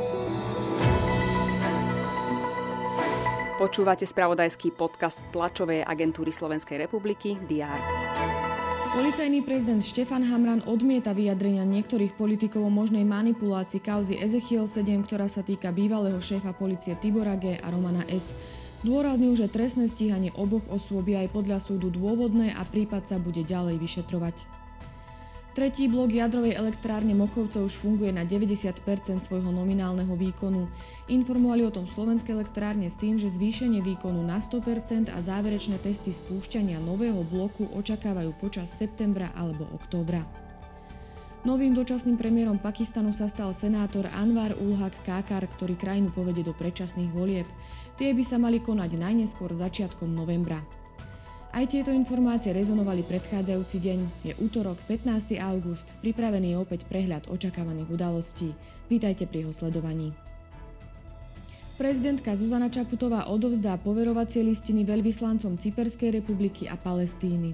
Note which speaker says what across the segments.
Speaker 1: Počúvate spravodajský podcast tlačovej agentúry Slovenskej republiky DR.
Speaker 2: Policajný prezident Štefan Hamran odmieta vyjadrenia niektorých politikov o možnej manipulácii kauzy Ezechiel 7, ktorá sa týka bývalého šéfa polície Tibora G. a Romana S. Zdôraznil, že trestné stíhanie oboch osôb je aj podľa súdu dôvodné a prípad sa bude ďalej vyšetrovať. Tretí blok jadrovej elektrárne Mochovce už funguje na 90% svojho nominálneho výkonu. Informovali o tom slovenské elektrárne s tým, že zvýšenie výkonu na 100% a záverečné testy spúšťania nového bloku očakávajú počas septembra alebo októbra. Novým dočasným premiérom Pakistanu sa stal senátor Anwar ul Haq Khakar, ktorý krajinu povedie do predčasných volieb. Tie by sa mali konať najneskôr začiatkom novembra. Aj tieto informácie rezonovali predchádzajúci deň. Je utorok, 15. august. Pripravený je opäť prehľad očakávaných udalostí. Vítajte pri jeho sledovaní. Prezidentka Zuzana Čaputová odovzdá poverovacie listiny veľvyslancom Cyperskej republiky a Palestíny.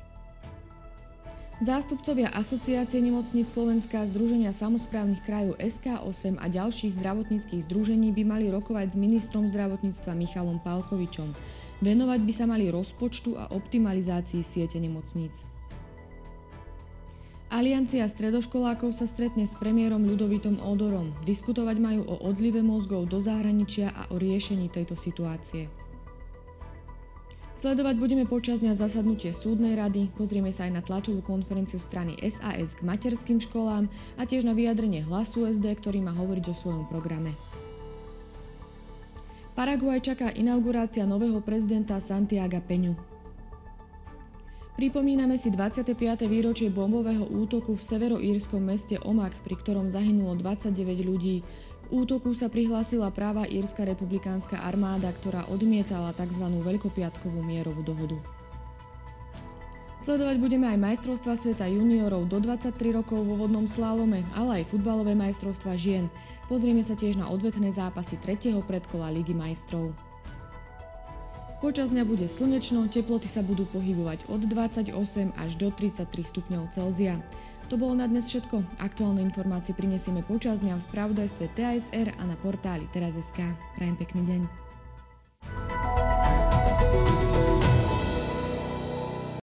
Speaker 2: Zástupcovia Asociácie nemocníc Slovenska, Združenia samosprávnych krajov SK8 a ďalších zdravotníckych združení by mali rokovať s ministrom zdravotníctva Michalom Pálkovičom. Venovať by sa mali rozpočtu a optimalizácii siete nemocníc. Aliancia stredoškolákov sa stretne s premiérom Ľudovítom Ódorom. Diskutovať majú o odlive mozgov do zahraničia a o riešení tejto situácie. Sledovať budeme počas dňa zasadnutie súdnej rady, pozrieme sa aj na tlačovú konferenciu strany SAS k materským školám a tiež na vyjadrenie Hlasu SD, ktorý má hovoriť o svojom programe. Paraguaj čaká inaugurácia nového prezidenta Santiaga Peňu. Pripomíname si 25. výročie bombového útoku v severoírskom meste Omagh, pri ktorom zahynulo 29 ľudí. K útoku sa prihlásila práva írska republikánska armáda, ktorá odmietala tzv. Veľkopiatkovú mierovú dohodu. Sledovať budeme aj majstrovstvá sveta juniorov do 23 rokov vo vodnom slálome, ale aj futbalové majstrovstvá žien. Pozrieme sa tiež na odvetné zápasy 3. predkola Ligy majstrov. Počas dňa bude slnečno, teploty sa budú pohybovať od 28 až do 33 stupňov Celzia. To bolo na dnes všetko. Aktuálne informácie prinesieme počas dňa v spravodajstve TASR a na portáli teraz.sk. Prajem pekný deň.